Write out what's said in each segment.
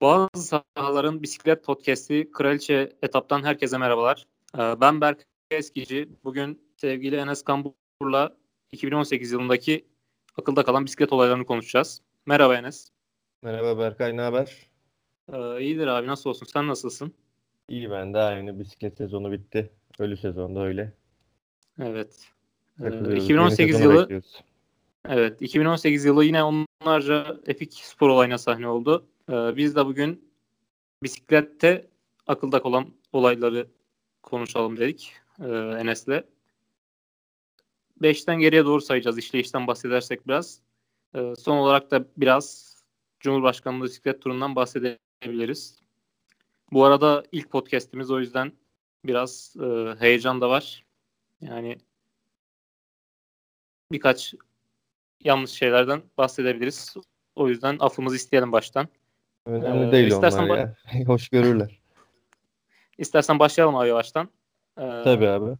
Bazı sahaların bisiklet podcast'i Kraliçe Etap'tan herkese merhabalar. Ben Berk Eskici. Bugün sevgili Enes Kambur'la 2018 yılındaki akılda kalan bisiklet olaylarını konuşacağız. Merhaba Enes. Merhaba Berkay, ne haber? İyidir abi, nasıl olsun? Sen nasılsın? İyi ben de aynı. Bisiklet sezonu bitti. Ölü sezonda öyle. Evet. Takılıyoruz. Yeni 2018 sezonu yılı bekliyoruz. evet 2018 yılı yine onlarca epik spor olayına sahne oldu. Biz de bugün bisiklette akılda kalan olayları konuşalım dedik Enes'le. 5'ten geriye doğru sayacağız işleyişten bahsedersek biraz. Son olarak da biraz Cumhurbaşkanlığı bisiklet turundan bahsedebiliriz. Bu arada ilk podcast'imiz, o yüzden biraz heyecan da var. Yani birkaç yanlış şeylerden bahsedebiliriz. O yüzden affımızı isteyelim baştan. Önemli değil onlar İstersen ya. Hoş görürler. istersen başlayalım abi yavaştan. Tabii abi.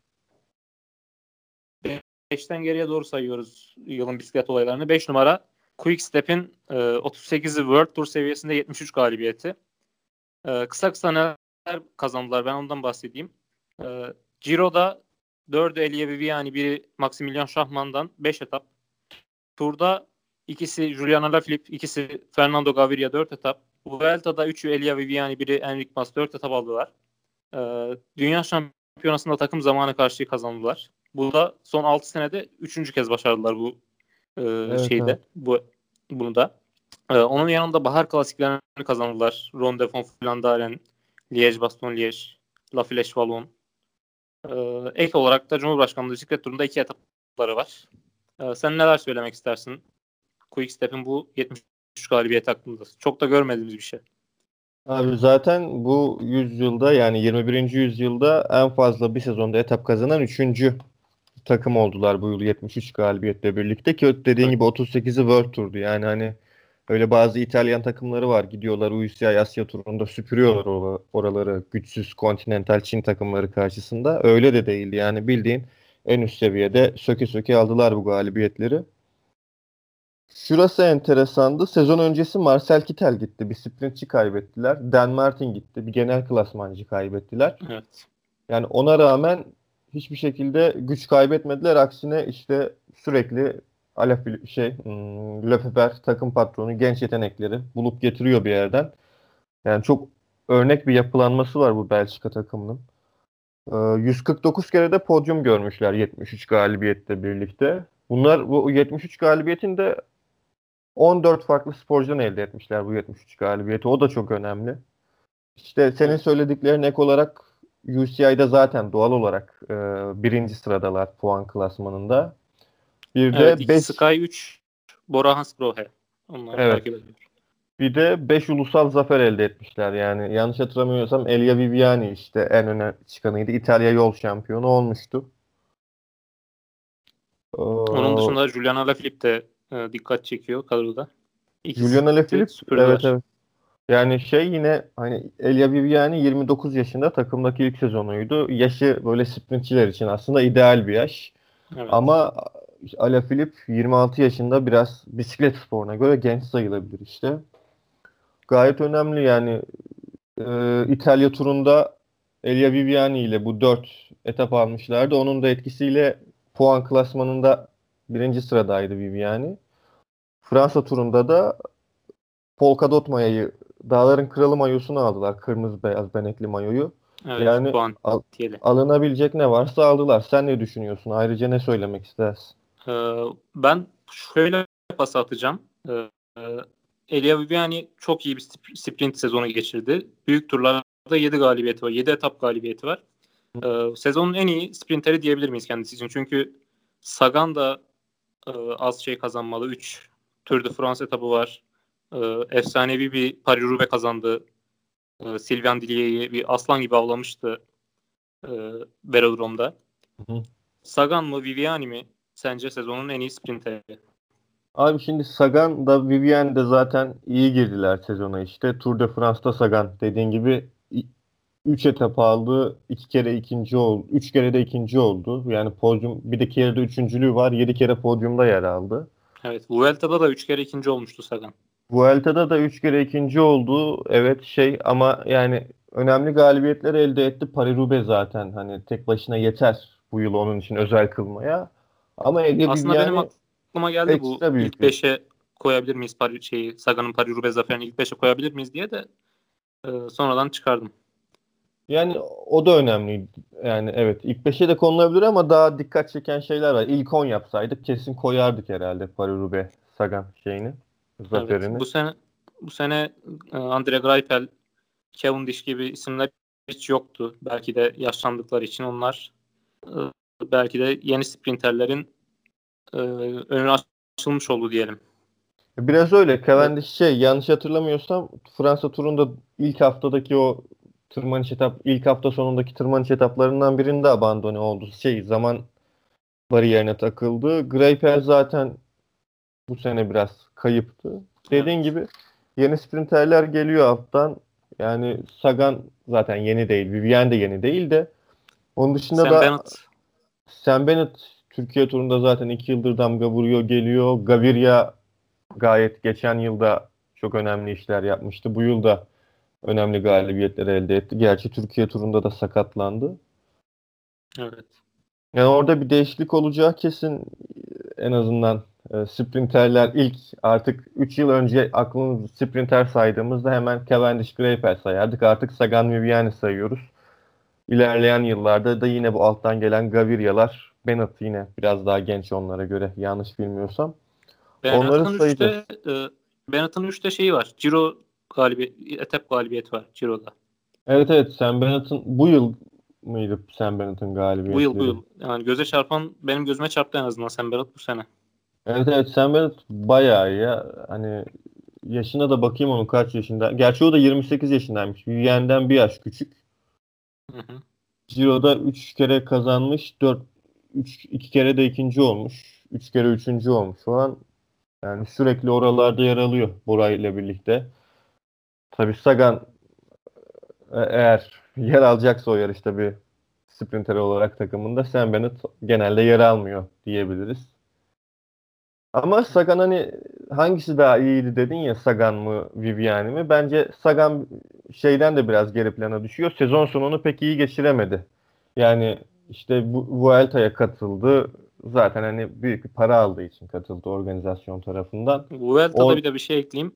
5'ten geriye doğru sayıyoruz yılın bisiklet olaylarını. 5 numara Quick-Step'in 38'i World Tour seviyesinde 73 galibiyeti. Kısa kısa neler kazandılar, ben ondan bahsedeyim. Ciro'da 4'ü Elia Viviani, biri Maximilian Schachmann'dan 5 etap. Tour'da ikisi Julian Alaphilippe, ikisi Fernando Gaviria 4 etap. Vuelta'da 3'ü Elia Viviani, biri Enric Mas 4 etap aldılar. Dünya Şampiyonası'nda takım zamanı karşıyı kazandılar. Bu da son 6 senede 3. kez başardılar bu Evet şeyde. evet. Bunu da. Onun yanında bahar klasiklerini kazandılar. Ronde von Vlaanderen, Liège-Bastogne-Liège, La Flèche-Wallonne. Ek olarak da Cumhurbaşkanlığı bisiklet turunda 2 etapları var. Sen neler söylemek istersin Quick-Step'in bu 73 galibiyet hakkında? Çok da görmediğimiz bir şey. Abi zaten bu yüzyılda yani 21. yüzyılda en fazla bir sezonda etap kazanan üçüncü takım oldular bu yıl 73 galibiyetle birlikte ki dediğin Evet. gibi 38'i World Tour'du. Yani hani öyle bazı İtalyan takımları var. Gidiyorlar UCI Asya turunda süpürüyorlar oraları güçsüz kontinental Çin takımları karşısında. Öyle de değildi. Yani bildiğin en üst seviyede söke söke aldılar bu galibiyetleri. Şurası enteresandı. Sezon öncesi Marcel Kittel gitti. Bir sprintçi kaybettiler. Dan Martin gitti. Bir genel klasmancı kaybettiler. Evet. Yani ona rağmen hiçbir şekilde güç kaybetmediler. Aksine işte sürekli Lefebvre takım patronu genç yetenekleri bulup getiriyor bir yerden. Yani çok örnek bir yapılanması var bu Belçika takımının. 149 kere de podyum görmüşler 73 galibiyette birlikte. Bunlar bu 73 galibiyetin de 14 farklı sporcudan elde etmişler bu 73 galibiyeti. O da çok önemli. İşte senin Evet. söylediklerin ek olarak UCI'de zaten doğal olarak birinci sıradalar puan klasmanında. Bir Evet. de 2 5 Sky, 3 Bora Hansgrohe. Onları evet. takip ediyor. Bir de 5 ulusal zafer elde etmişler. Yani yanlış hatırlamıyorsam Elia Viviani işte en öne çıkanıydı. İtalya yol şampiyonu olmuştu. Onun Ee, dışında Julian Alaphilippe de dikkat çekiyor kadroda. İkisi Julian Alaphilippe evet süpürdüler. evet. Yani şey yine hani Elia Viviani 29 yaşında takımdaki ilk sezonuydu. Yaşı böyle sprintçiler için aslında ideal bir yaş. Evet. Ama Alaphilippe 26 yaşında biraz bisiklet sporuna göre genç sayılabilir işte. Gayet önemli yani İtalya turunda Elia Viviani ile bu 4 etap almışlardı. Onun da etkisiyle puan klasmanında birinci sıradaydı Viviani. Fransa turunda da Polkadot mayayı, Dağların Kralı mayosunu aldılar. Kırmızı beyaz benekli mayoyu. Evet. Yani Puantiyeli. alınabilecek ne varsa aldılar. Sen ne düşünüyorsun? Ayrıca ne söylemek istersin? Ben şöyle pas atacağım. Elia Viviani çok iyi bir sprint sezonu geçirdi. Büyük turlarda 7 galibiyeti var. 7 etap galibiyeti var. Sezonun en iyi sprinteri diyebilir miyiz kendisi için? Çünkü Sagan da az şey kazanmalı. 3 Tour de France etabı var. Efsanevi bir Paris-Roubaix kazandı. Sylvain Dillier'i bir aslan gibi avlamıştı e, Velodrome'da. Hı hı. Sagan mı Viviani mi sence sezonun en iyi sprinteri? Abi şimdi Sagan da Viviani de zaten iyi girdiler sezona işte. Tour de France'da Sagan dediğin gibi 3 etap aldı. 2 kere ikinci oldu. 3 kere de ikinci oldu. Yani podyum bir de kere de üçüncülüğü var. 7 kere podyumda yer aldı. Evet, Vuelta'da da 3 kere ikinci olmuştu Sagan. Vuelta'da da 3 kere ikinci oldu. Evet ama yani önemli galibiyetler elde etti. Paris-Roubaix zaten hani tek başına yeter bu yıl onun için özel kılmaya. Ama Elia Aslında benim Viviani aklıma geldi, bu ekstra büyük ilk bir. beşe koyabilir miyiz Sagan'ın Paris-Roubaix zaferini ilk beşe koyabilir miyiz diye de sonradan çıkardım. Yani o da önemli. Yani evet ilk 5'e de konulabilir ama daha dikkat çeken şeyler var. İlk 10 yapsaydık kesin koyardık herhalde Paris-Roubaix Sagan Evet. zaferini. Bu sene Andre Greipel, Cavendish gibi isimler hiç yoktu. Belki de yaşlandıkları için onlar, e, belki de yeni sprinterlerin önü açılmış oldu diyelim. Biraz öyle. Evet. Cavendish yanlış hatırlamıyorsam Fransa turunda ilk haftadaki o ilk hafta sonundaki tırmanış etaplarından birinde abandone oldu. Zaman bariyerine takıldı. Greipel zaten bu sene biraz kayıptı. Dediğin Evet. gibi yeni sprinterler geliyor alttan. Yani Sagan zaten yeni değil. Vivian de yeni değil de. Onun dışında Sam da Bennett. Sam Bennett Türkiye turunda zaten 2 yıldır damga vuruyor geliyor. Gaviria gayet geçen yılda çok önemli işler yapmıştı. Bu yıl da önemli galibiyetler elde etti. Gerçi Türkiye turunda da sakatlandı. Evet. Yani orada bir değişiklik olacağı kesin. En azından sprinterler ilk artık 3 yıl önce aklımız sprinter saydığımızda hemen Cavendish Greipel sayardık. Artık Sagan Viviani sayıyoruz. İlerleyen yıllarda da yine bu alttan gelen Gaviria'lar, Bennett yine biraz daha genç onlara göre yanlış bilmiyorsam. Onları Bennett'ın sayacağız. 3'te Bennett'ın 3'te şeyi var. Etap galibiyeti var Ciro'da. Evet evet Sam Bennett'ın bu yıl mıydı Sam Bennett'ın Bu galibiyetleri? yıl. Yani benim gözüme çarptı en azından Sam Bennett bu sene. Evet evet Sam Bennett bayağı iyi ya. Hani yaşına da bakayım onun kaç yaşında. Gerçi o da 28 yaşındaymış. Vivienne'den bir yaş küçük. Hı hı. Ciro'da 3 kere kazanmış. 2 kere de ikinci olmuş. 3 kere üçüncü olmuş falan. Yani sürekli oralarda yer alıyor Bora ile birlikte. Tabii Sagan eğer yer alacaksa o yarışta bir sprinter olarak takımında Sam Bennett genelde yer almıyor diyebiliriz. Ama Sagan hani hangisi daha iyiydi dedin ya Sagan mı Viviani mi? Bence Sagan şeyden de biraz geri plana düşüyor. Sezon sonunu pek iyi geçiremedi. Yani işte bu Vuelta'ya katıldı. Zaten hani büyük bir para aldığı için katıldı organizasyon tarafından. Vuelta'da O bir de bir şey ekleyeyim.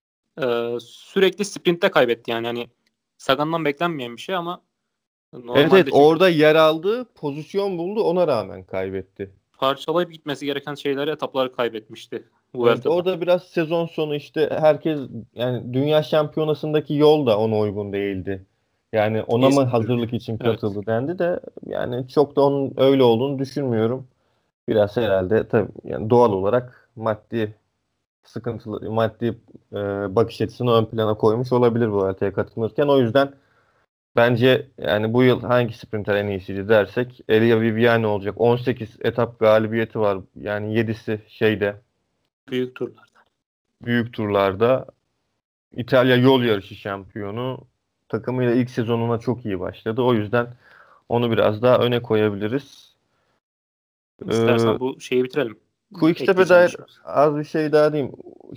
Sürekli sprintte kaybetti yani. Hani Sagan'dan beklenmeyen bir şey ama evet normalde, çünkü orada yer aldı, pozisyon buldu ona rağmen kaybetti. parçalayıp gitmesi gereken etapları kaybetmişti Evet Vuelta'da. orada biraz sezon sonu işte herkes yani dünya şampiyonasındaki yol da ona uygun değildi. Yani ona mı İzmir. hazırlık için Evet. katıldı dendi de yani çok da onun öyle olduğunu düşünmüyorum. Biraz herhalde tabii yani doğal olarak maddi bakış açısını ön plana koymuş olabilir bu haritaya katılırken. O yüzden bence yani bu yıl hangi sprinter en iyisiydi dersek Elia Viviani olacak. 18 etap galibiyeti var. Yani 7'si Büyük turlarda. büyük turlarda. İtalya yol yarışı şampiyonu. Takımıyla ilk sezonuna çok iyi başladı. O yüzden onu biraz daha öne koyabiliriz. Ee, İstersen bu şeyi bitirelim. Quickstep'e Ekleyeceğim bir dair şey var. az bir şey daha diyeyim.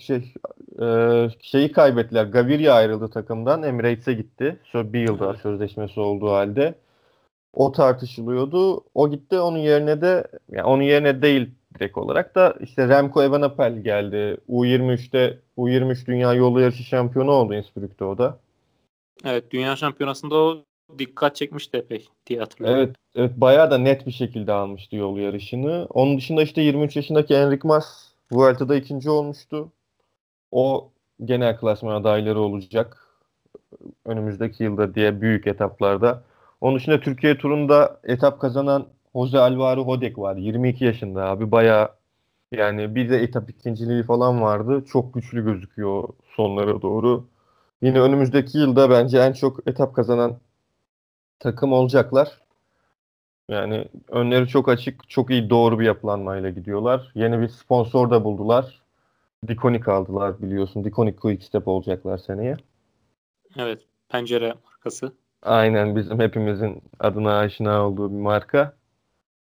Şeyi kaybettiler. Gaviria ayrıldı takımdan. Emirates'e gitti. Bir yıl daha Evet. sözleşmesi olduğu halde. O tartışılıyordu. O gitti. Onun yerine değil direkt olarak da işte Remco Evenepoel geldi. U23 Dünya Yolu Yarışı şampiyonu oldu Innsbruck'ta o da. Evet, Dünya Şampiyonası'nda o dikkat çekmişti epey diye hatırlıyorum. Evet, evet bayağı da net bir şekilde almıştı yol yarışını. Onun dışında işte 23 yaşındaki Enric Mas Vuelta'da ikinci olmuştu. O genel klasman adayları olacak önümüzdeki yılda diye büyük etaplarda. Onun dışında Türkiye turunda etap kazanan Jose Alvaro Hodeg var. 22 yaşında abi bayağı yani bir de etap ikinciliği falan vardı. Çok güçlü gözüküyor sonlara doğru. Yine önümüzdeki yılda bence en çok etap kazanan takım olacaklar. Yani önleri çok açık, çok iyi doğru bir yapılanmayla gidiyorlar. Yeni bir sponsor da buldular. Diconic aldılar biliyorsun. Diconic Quickstep olacaklar seneye. Evet, pencere markası. Aynen bizim hepimizin adına aşina olduğu bir marka.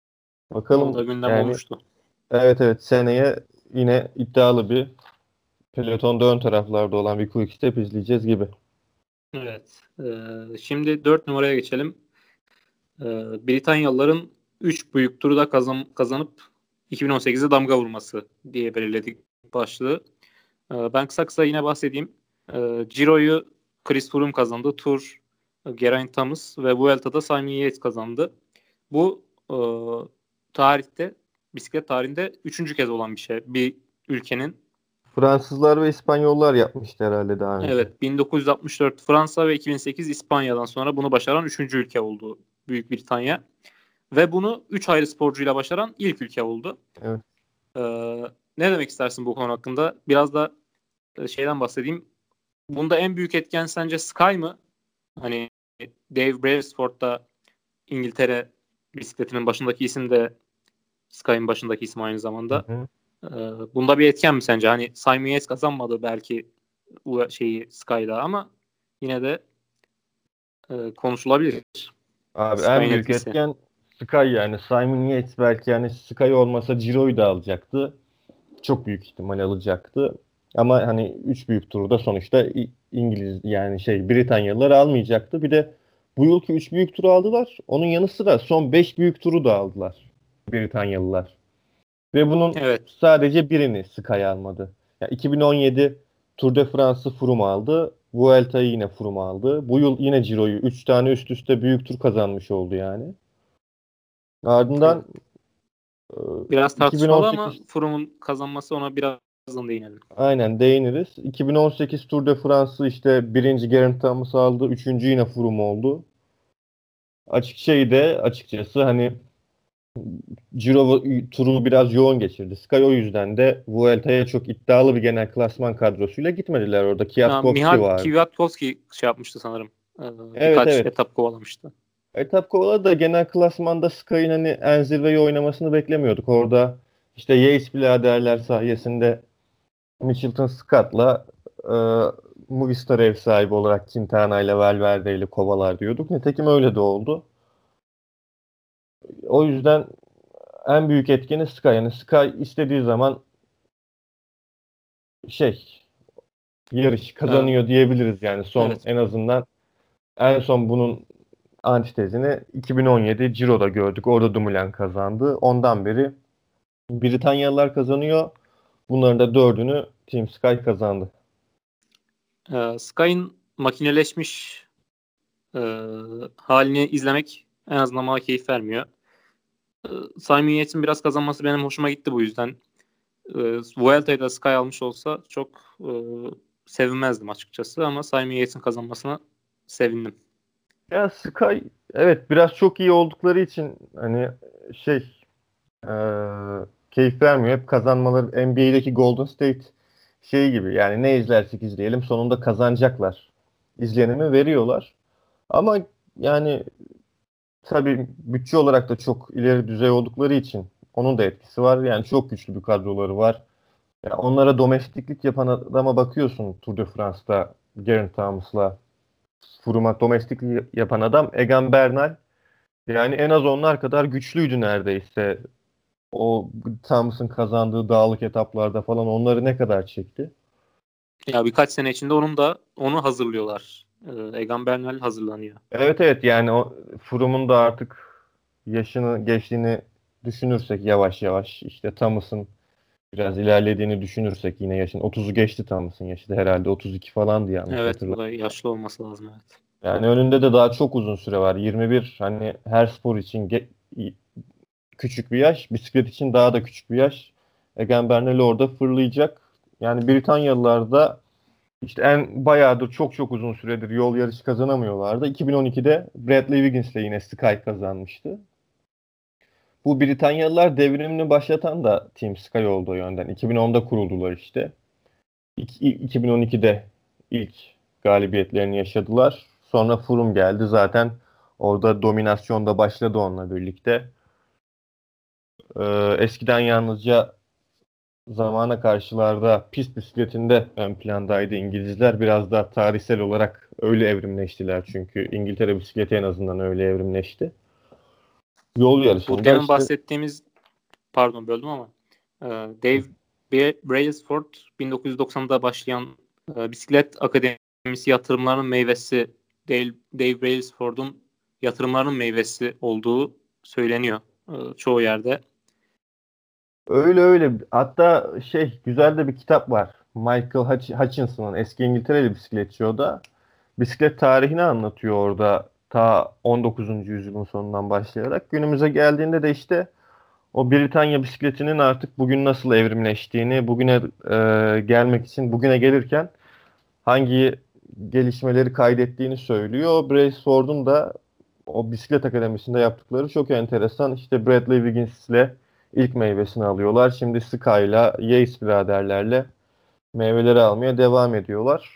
O da Bakalım gündem yani olmuştu. evet evet seneye yine iddialı bir Peloton'da ön taraflarda olan bir Quickstep izleyeceğiz gibi. Evet. Şimdi 4 numaraya geçelim. Britanyalıların 3 büyük turu da kazanıp 2018'de damga vurması diye belirledik başlığı. Ben kısa kısa yine bahsedeyim. Ciro'yu Chris Froome kazandı. Tour Geraint Thomas ve Vuelta'da Simon Yates kazandı. Bu tarihte, bisiklet tarihinde 3. kez olan bir şey. Bir ülkenin. Fransızlar ve İspanyollar yapmıştı herhalde daha önce. Evet, 1964 Fransa ve 2008 İspanya'dan sonra bunu başaran 3. ülke oldu Büyük Britanya. Ve bunu 3 ayrı sporcuyla başaran ilk ülke oldu. Evet. Ne demek istersin bu konu hakkında? Biraz da şeyden bahsedeyim. Bunda en büyük etken sence Sky mı? Hani Dave Brailsford'da İngiltere bisikletinin başındaki isim de Sky'ın başındaki isim aynı Hı zamanda. hı. Bunda bir etken mi sence? Hani Simon Yates kazanmadı belki bu şeyi Sky'da ama yine de konuşulabilir. Abi en Sky'ın büyük etkisi. etken Sky yani. Simon Yates belki yani Sky olmasa Ciro'yu da alacaktı. Çok büyük ihtimal alacaktı. Ama hani 3 büyük turu da sonuçta İngiliz yani Britanyalılar almayacaktı. Bir de bu yılki 3 büyük turu aldılar. Onun yanı sıra son 5 büyük turu da aldılar Britanyalılar. Ve bunun Evet. sadece birini Sky almadı. Ya 2017 Tour de France'ı Froome aldı. Vuelta'yı yine Froome aldı. Bu yıl yine Ciro'yu 3 tane üst üste büyük tur kazanmış oldu yani. Evet. Ardından e, Biraz tartışmalı ama 2018 Froome'un kazanması, ona birazdan değinelim. aynen değiniriz. 2018 Tour de France'ı işte birinci Geraint Thomas aldı. Üçüncü yine Froome oldu. Açıkçası hani Giro turu biraz yoğun geçirdi. Sky o yüzden de Vuelta'ya çok iddialı bir genel klasman kadrosuyla gitmediler orada. Kwiatkowski Mihal vardı. Kwiatkowski şey yapmıştı sanırım. Evet, Birkaç evet. etap kovalamıştı. Etap kovala da genel klasmanda Sky'ın hani en zirveyi oynamasını beklemiyorduk. Orada işte Yates biraderler sayesinde Mitchelton Scott'la e, Movistar ev sahibi olarak Quintana ile Valverde ile kovalar diyorduk. Nitekim öyle de oldu. O yüzden en büyük etkeni Sky. Yani Sky istediği zaman şey yarış Ee, kazanıyor diyebiliriz yani son evet. en azından en son bunun antitezini 2017 Ciro'da gördük. Orada Dumoulin kazandı. Ondan beri Britanyalılar kazanıyor. Bunların da dördünü Team Sky kazandı. Sky'ın makineleşmiş e, halini izlemek en azından bana keyif vermiyor. Ee, Simon Yates'in biraz kazanması benim hoşuma gitti bu yüzden. Vuelta'yı da Sky almış olsa çok sevinmezdim açıkçası ama Simon Yates'in kazanmasına sevindim. Ya Sky evet biraz çok iyi oldukları için hani şey keyif vermiyor. Hep kazanmaları NBA'deki Golden State şey gibi yani ne izlersek izleyelim sonunda kazanacaklar. İzlenimi veriyorlar. Ama yani tabii bütçe olarak da çok ileri düzey oldukları için onun da etkisi var. Yani çok güçlü bir kadroları var. Ya onlara domestiklik yapan adama bakıyorsun Tour de France'da Geraint Thomas'la Froome'a domestiklik yapan adam Egan Bernal. Yani en az onlar kadar güçlüydü neredeyse. O Thomas'ın kazandığı dağlık etaplarda falan onları ne kadar çekti? Ya birkaç sene içinde onu hazırlıyorlar. Egan Bernal hazırlanıyor. Evet, evet, yani o Froome'un da artık yaşını geçtiğini düşünürsek yavaş yavaş işte Thomas'ın biraz ilerlediğini düşünürsek yine yaşın 30'u geçti Thomas'ın yaşı da herhalde 32 falandı yanlış Evet, bu hatırlamıyorum. da yaşlı olması lazım, evet. Yani önünde de daha çok uzun süre var. 21 hani her spor için küçük bir yaş, bisiklet için daha da küçük bir yaş. Egan Bernal orada fırlayacak. Yani Britanyalılar da işte bayağıdır çok çok uzun süredir yol yarışı kazanamıyorlardı. 2012'de Bradley Wiggins'le yine Sky kazanmıştı. Bu Britanyalılar devrimini başlatan da Team Sky oldu o yönden. 2010'da kuruldular işte. 2012'de ilk galibiyetlerini yaşadılar. Sonra Froome geldi. Zaten orada dominasyon da başladı onunla birlikte. Eskiden yalnızca zamana karşılarda pist bisikletinde ön plandaydı İngilizler. Biraz daha tarihsel olarak öyle evrimleştiler çünkü. İngiltere bisikleti en azından öyle evrimleşti. Yol Bu yarışında demin işte bahsettiğimiz, pardon böldüm ama Dave Brailsford 1990'da başlayan bisiklet akademisi yatırımlarının meyvesi, Dave Brailsford'un yatırımlarının meyvesi olduğu söyleniyor çoğu yerde. Öyle. Hatta güzel de bir kitap var. Michael Hutchinson'ın, eski İngiltereli bisikletçi o da. Bisiklet tarihini anlatıyor orada, ta 19. yüzyılın sonundan başlayarak. Günümüze geldiğinde de işte o Britanya bisikletinin artık bugün nasıl evrimleştiğini, bugüne gelmek için, bugüne gelirken hangi gelişmeleri kaydettiğini söylüyor. Brailsford'un da o bisiklet akademisinde yaptıkları çok enteresan. İşte Bradley Wiggins'le ilk meyvesini alıyorlar. Şimdi Sky'la, Yates biraderlerle meyveleri almaya devam ediyorlar.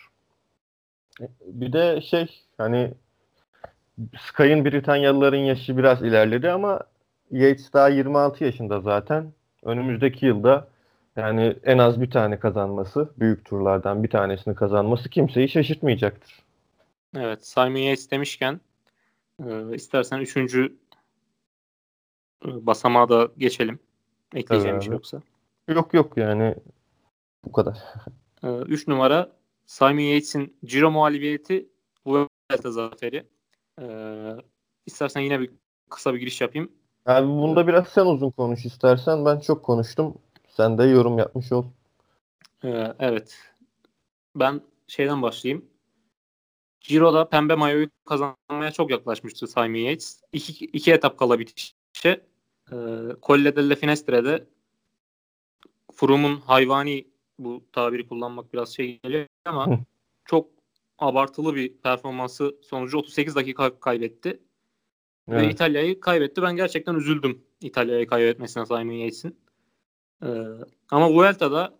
Bir de hani Sky'ın Britanyalıların yaşı biraz ilerledi ama Yates daha 26 yaşında zaten. Önümüzdeki yılda yani en az bir tane kazanması, büyük turlardan bir tanesini kazanması kimseyi şaşırtmayacaktır. Evet, Simon Yates demişken istersen 3. basamağa da geçelim. Ekleyeceğim bir şey Tabii. yoksa. Yok yani bu kadar. 3 numara Simon Yates'in Giro muhalifiyeti, Vuelta zaferi. İstersen yine kısa bir giriş yapayım. Abi bunda biraz sen uzun konuş istersen. Ben çok konuştum. Sen de yorum yapmış ol. Evet. Ben şeyden başlayayım. Giro'da pembe mayoyu kazanmaya çok yaklaşmıştı Simon Yates. İki etap kala bitişe Colle delle Finestre'de Froome'un hayvani, bu tabiri kullanmak biraz geliyor ama çok abartılı bir performansı sonucu 38 dakika kaybetti. Ve Evet. İtalya'yı kaybetti. Ben gerçekten üzüldüm İtalya'yı kaybetmesine Simon Yates'in. Ee, ama Vuelta'da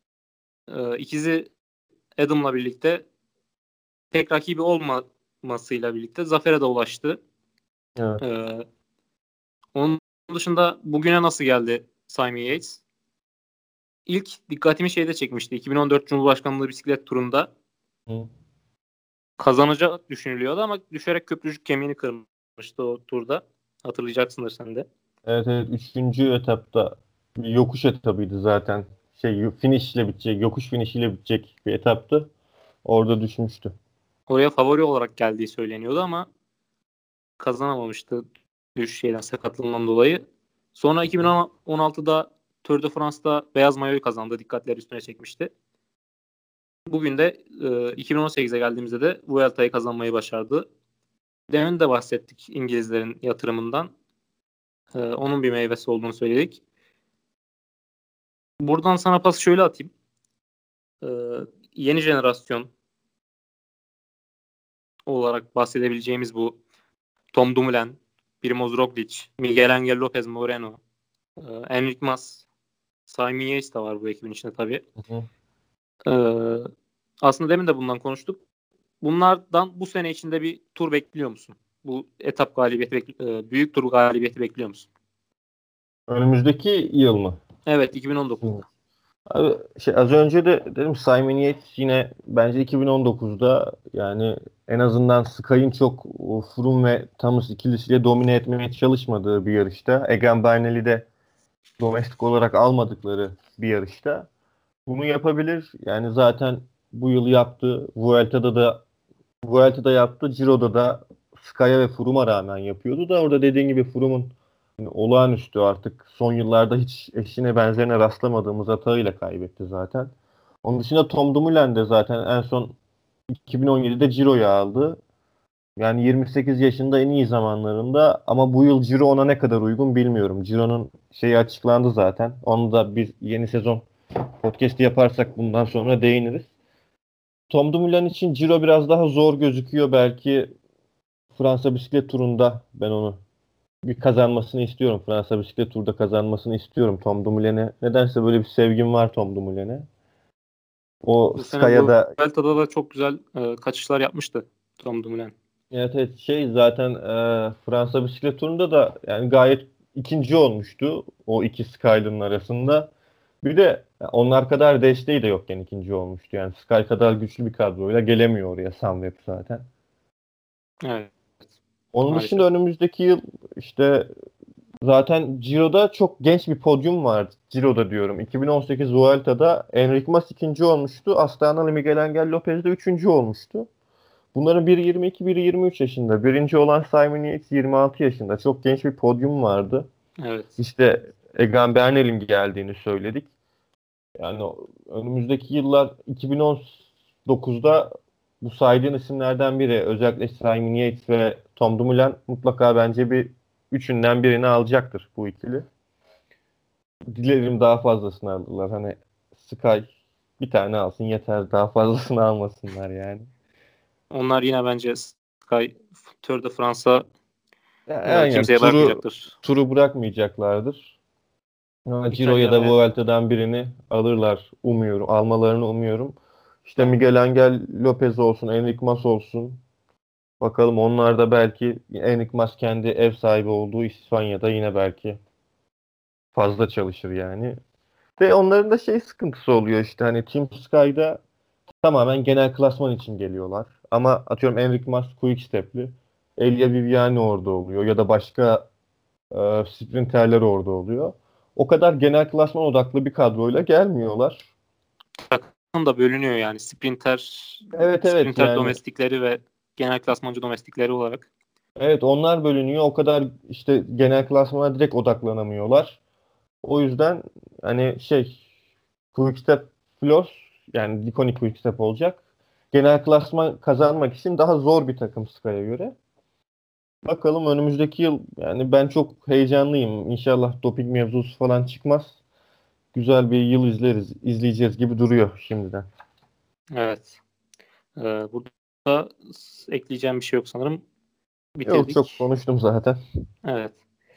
ikizi Adam'la birlikte tek rakibi olmamasıyla birlikte zafere de ulaştı. Evet. Onun dışında bugüne nasıl geldi Simon Yates? İlk dikkatimi şeyde çekmişti. 2014 Cumhurbaşkanlığı bisiklet turunda Hı. kazanacak düşünülüyordu ama düşerek köprücük kemiğini kırmıştı o turda. Hatırlayacaksındır sen de. Evet. Üçüncü etapta bir yokuş etabıydı zaten. Finish'le bitecek, yokuş finish'iyle bitecek bir etaptı. Orada düşmüştü. Oraya favori olarak geldiği söyleniyordu ama kazanamamıştı sakatlığından dolayı. Sonra 2016'da Tour de France'da beyaz mayoyu kazandı. Dikkatleri üstüne çekmişti. Bugün de 2018'e geldiğimizde de Vuelta'yı kazanmayı başardı. Demin de bahsettik İngilizlerin yatırımından. Onun bir meyvesi olduğunu söyledik. Buradan sana pası şöyle atayım. E, yeni jenerasyon olarak bahsedebileceğimiz bu Tom Dumoulin, Primoz Roglic, Miguel Angel Lopez Moreno, Enric Mas, Simon Yates de var bu ekibin içinde tabii. Hı hı. Aslında demin de bundan konuştuk. Bunlardan bu sene içinde bir tur bekliyor musun? Bu etap galibiyeti, büyük tur galibiyeti bekliyor musun? Önümüzdeki yıl mı? Evet, Hı. 2019'da. Abi az önce de dedim, Simon Yates yine bence 2019'da yani en azından Sky'ın çok o Froome ve Thomas ikilisiyle domine etmeye çalışmadığı bir yarışta, Egan Bernal'i de domestik olarak almadıkları bir yarışta bunu yapabilir. Yani zaten bu yıl yaptı. Vuelta'da yaptı. Ciro'da da Sky'a ve Froome'a rağmen yapıyordu da orada dediğin gibi Froome'un olağanüstü, artık son yıllarda hiç eşine benzerine rastlamadığımız hatayla kaybetti zaten. Onun dışında Tom Dumoulin de zaten en son 2017'de Ciro'yu aldı. Yani 28 yaşında en iyi zamanlarında, ama bu yıl Ciro ona ne kadar uygun bilmiyorum. Ciro'nun şeyi açıklandı zaten. Onu da bir yeni sezon podcast yaparsak bundan sonra değiniriz. Tom Dumoulin için Ciro biraz daha zor gözüküyor. Belki Fransa bisiklet turunda ben onu bir kazanmasını istiyorum. Fransa bisiklet turda kazanmasını istiyorum Tom Dumoulin'e. Nedense böyle bir sevgim var Tom Dumoulin'e. O Bu sene Skya'da, Vuelta'da da çok güzel kaçışlar yapmıştı Tom Dumoulin. evet, zaten Fransa bisiklet turunda da yani gayet ikinci olmuştu o iki Sky'ların arasında. Bir de onlar kadar desteği de yokken ikinci olmuştu. Yani Sky kadar güçlü bir kadroyla gelemiyor oraya Sunweb zaten. Evet, Onun dışında maalesef. önümüzdeki yıl işte Zaten Ciro'da çok genç bir podyum vardı. Ciro'da diyorum. 2018 Vuelta'da Enric Mas ikinci olmuştu. Astanalı Miguel Angel Lopez de üçüncü olmuştu. Bunların biri 22, biri 23 yaşında. Birinci olan Simon Yates 26 yaşında. Çok genç bir podyum vardı. Evet. İşte Egan Bernal'in geldiğini söyledik. Yani önümüzdeki yıllar 2019'da bu saydığın isimlerden biri, özellikle Simon Yates ve Tom Dumoulin mutlaka bence bir üçünden birini alacaktır bu ikili. Dilerim daha fazlasını alırlar. Hani Sky bir tane alsın yeter, daha fazlasını almasınlar yani. Onlar yine bence Sky Tour de France'a Yani kimseye turu bırakmayacaktır. turu bırakmayacaklardır. Ama Ciro ya İtalya da ve Vuelta'dan birini alırlar umuyorum. Almalarını umuyorum. İşte ben Miguel Angel Lopez olsun, Enric Mas olsun. Bakalım onlar da belki Enric Mas kendi ev sahibi olduğu İspanya'da yine belki fazla çalışır yani. Ve onların da şey sıkıntısı oluyor işte hani Team Sky'da tamamen genel klasman için geliyorlar. Ama atıyorum Enric Mas Quick Step'li. Elia Viviani orada oluyor ya da başka sprinterler orada oluyor. O kadar genel klasman odaklı bir kadroyla gelmiyorlar. takım da bölünüyor yani Evet evet sprinter yani domestikleri ve genel klasmancı domestikleri olarak. evet onlar bölünüyor. O kadar işte genel klasmana direkt odaklanamıyorlar. O yüzden hani şey Quickstep Floss yani Diconic Quickstep olacak. Genel klasman kazanmak için daha zor bir takım Sky'a göre. Bakalım önümüzdeki yıl yani ben çok heyecanlıyım. İnşallah doping mevzusu falan çıkmaz. Güzel bir yıl izleyeceğiz gibi duruyor şimdiden. Evet. Burada ekleyeceğim bir şey yok sanırım. Yok çok Bitirdik. konuştum zaten. Evet.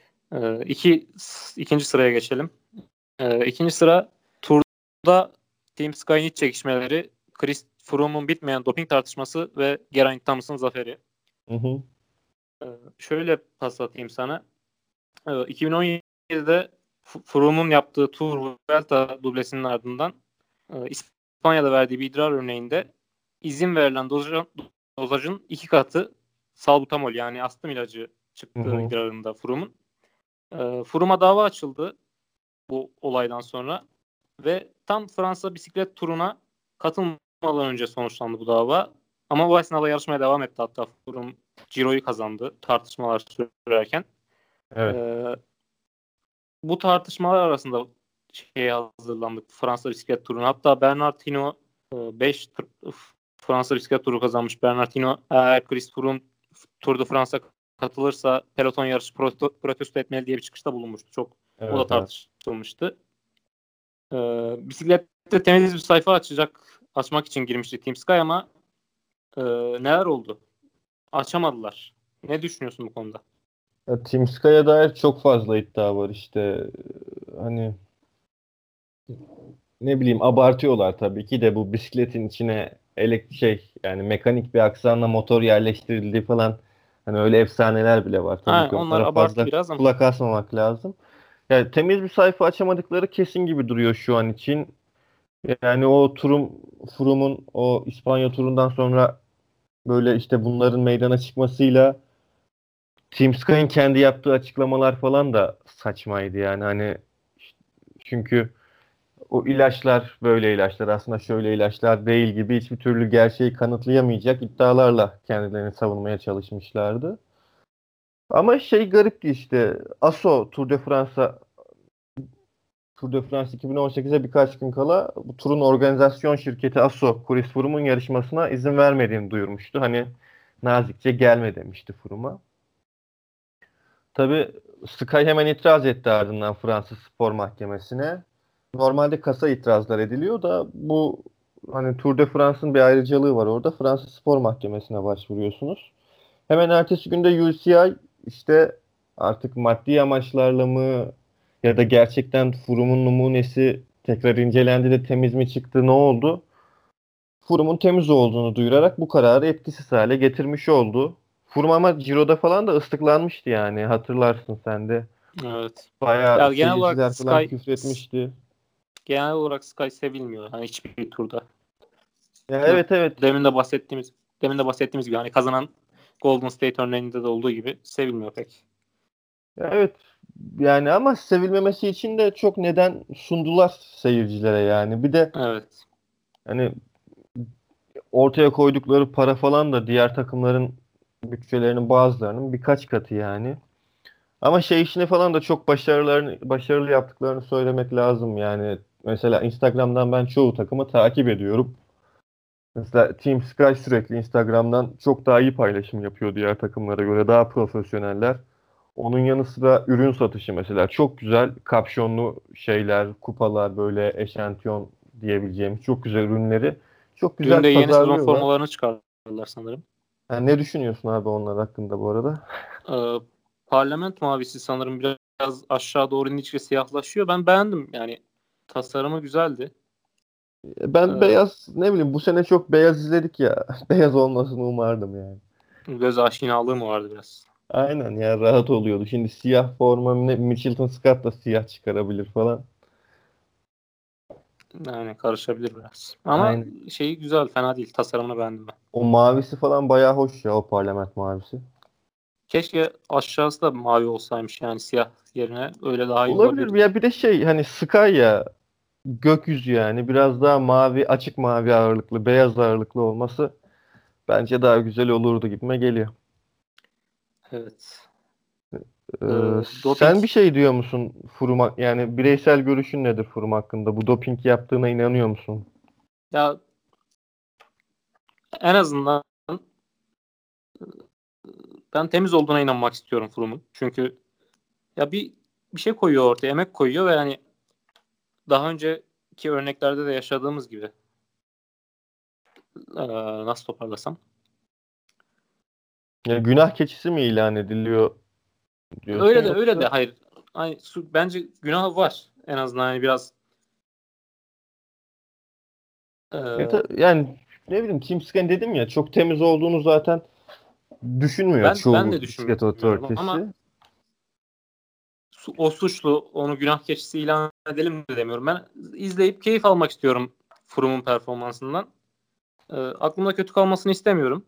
İkinci sıraya geçelim. İkinci sıra turda Team Sky'ın iç çekişmeleri, Chris Froome'un bitmeyen doping tartışması ve Geraint Thomas'ın zaferi. Hı hı. Şöyle pas atayım sana. 2017'de Froome'un yaptığı Tour Vuelta dublesinin ardından İspanya'da verdiği bir idrar örneğinde izin verilen dozajın iki katı salbutamol yani astım ilacı Hı çıktığı hı. idrarında Froome'un. Froome'a dava açıldı bu olaydan sonra ve tam Fransa bisiklet turuna katılmadan önce sonuçlandı bu dava. Ama bu esnada yarışmaya devam etti, hatta Froome Ciro'yu kazandı tartışmalar sürerken. Evet. Ee, Bu tartışmalar arasında hazırlandık Fransa bisiklet turuna. Hatta Bernard Hinault 5 Fransa bisiklet turu kazanmış Bernard Hinault. Eğer Chris Froome Tour de France'a katılırsa peloton yarışı protesto etmeli diye bir çıkışta bulunmuştu. O da Evet evet. tartışılmıştı. Bisiklette temiz bir sayfa açmak için girmişti Team Sky ama e, neler oldu? Açamadılar. Ne düşünüyorsun bu konuda? Ya, Team Sky'a dair çok fazla iddia var işte. Hani ne bileyim abartıyorlar tabii ki de bu bisikletin içine yani mekanik bir aksanla motor yerleştirildiği falan hani öyle efsaneler bile var. Tabii ki Onlar onlara abartı fazla biraz ama. kulak asmamak lazım. Yani temiz bir sayfa açamadıkları kesin gibi duruyor şu an için. Yani o Froome'un o İspanya turundan sonra böyle işte bunların meydana çıkmasıyla Team Sky'ın kendi yaptığı açıklamalar falan da saçmaydı yani hani çünkü o ilaçlar böyle ilaçlar aslında şöyle ilaçlar değil gibi hiçbir türlü gerçeği kanıtlayamayacak iddialarla kendilerini savunmaya çalışmışlardı. Ama şey garipti işte Tour de France 2018'e birkaç gün kala bu turun organizasyon şirketi Asso, Chris Froome'un yarışmasına izin vermediğini duyurmuştu. Hani nazikçe gelme demişti Froome'a. Tabii Sky hemen itiraz etti ardından Fransız Spor Mahkemesi'ne. Normalde kasa itirazlar ediliyor da bu hani Tour de France'ın bir ayrıcalığı var orada. Fransız Spor Mahkemesi'ne başvuruyorsunuz. Hemen ertesi günde UCI işte artık maddi amaçlarla mı ya da gerçekten Froome'un numunesi tekrar incelendi de temiz mi çıktı ne oldu? Froome'un temiz olduğunu duyurarak bu kararı etkisiz hale getirmiş oldu. Froome ama Ciro'da falan da ıslıklanmıştı yani hatırlarsın sen de. Evet. Bayağı Ya genel olarak seyirciler falan küfretmişti. Sevilmiyor. Hani hiçbir turda. Ya Yok. evet evet. Demin de bahsettiğimiz gibi hani kazanan Golden State örneğinde de olduğu gibi sevilmiyor pek. Evet yani ama sevilmemesi için de çok neden sundular seyircilere yani. Bir de Evet. hani ortaya koydukları para falan da diğer takımların bütçelerinin bazılarının birkaç katı yani. Ama şey işini falan da çok başarılı yaptıklarını söylemek lazım yani. Mesela Instagram'dan ben çoğu takımı takip ediyorum. Mesela Team Sky sürekli Instagram'dan çok daha iyi paylaşım yapıyor diğer takımlara göre. Daha profesyoneller. Onun yanı sıra ürün satışı mesela çok güzel kapşonlu şeyler, kupalar böyle eşantiyon diyebileceğimiz çok güzel ürünleri çok Dün de güzel yeni sezon pazarlıyorlar. formalarını çıkardılar sanırım. Yani ne düşünüyorsun abi onlar hakkında bu arada? Ee, Parlament mavisi sanırım biraz aşağı doğru inince siyahlaşıyor. Ben beğendim yani. Tasarımı güzeldi. Ben Ee, beyaz ne bileyim bu sene çok beyaz izledik ya. Beyaz olmasını umardım yani. Göz aşinalığı mı vardı biraz? Aynen ya rahat oluyordu. Şimdi siyah forma ne Mitchelton Scott da siyah çıkarabilir falan. Yani karışabilir biraz. Ama Aynen. şeyi güzel, fena değil. Tasarımını beğendim ben. O mavisi falan bayağı hoş ya o parlament mavisi. Keşke aşağısı da mavi olsaymış yani siyah yerine. Öyle daha iyi Olabilir olabilirdi. ya bir de şey hani Sky ya gökyüzü yani biraz daha mavi açık mavi ağırlıklı beyaz ağırlıklı olması bence daha güzel olurdu gibime geliyor. Evet. Doping. Sen bir şey diyor musun Furum yani bireysel görüşün nedir Furum hakkında? Bu doping yaptığına inanıyor musun? Ya en azından ben temiz olduğuna inanmak istiyorum Froom'un. Çünkü ya bir şey koyuyor ortaya, emek koyuyor ve yani daha önceki örneklerde de yaşadığımız gibi nasıl toparlasam. Ya günah keçisi mi ilan ediliyor diyorsun Öyle de yoksa? hayır. Bence günahı var. En azından hani biraz e, Yani ne bileyim Team Sky dedim ya çok temiz olduğunu zaten düşünmüyor ben çoğu de bisiklet düşünmüyorum ama otoritesi. o suçlu onu günah keçisi ilan edelim de demiyorum. Ben izleyip keyif almak istiyorum Froome'un performansından. Aklımda kötü kalmasını istemiyorum.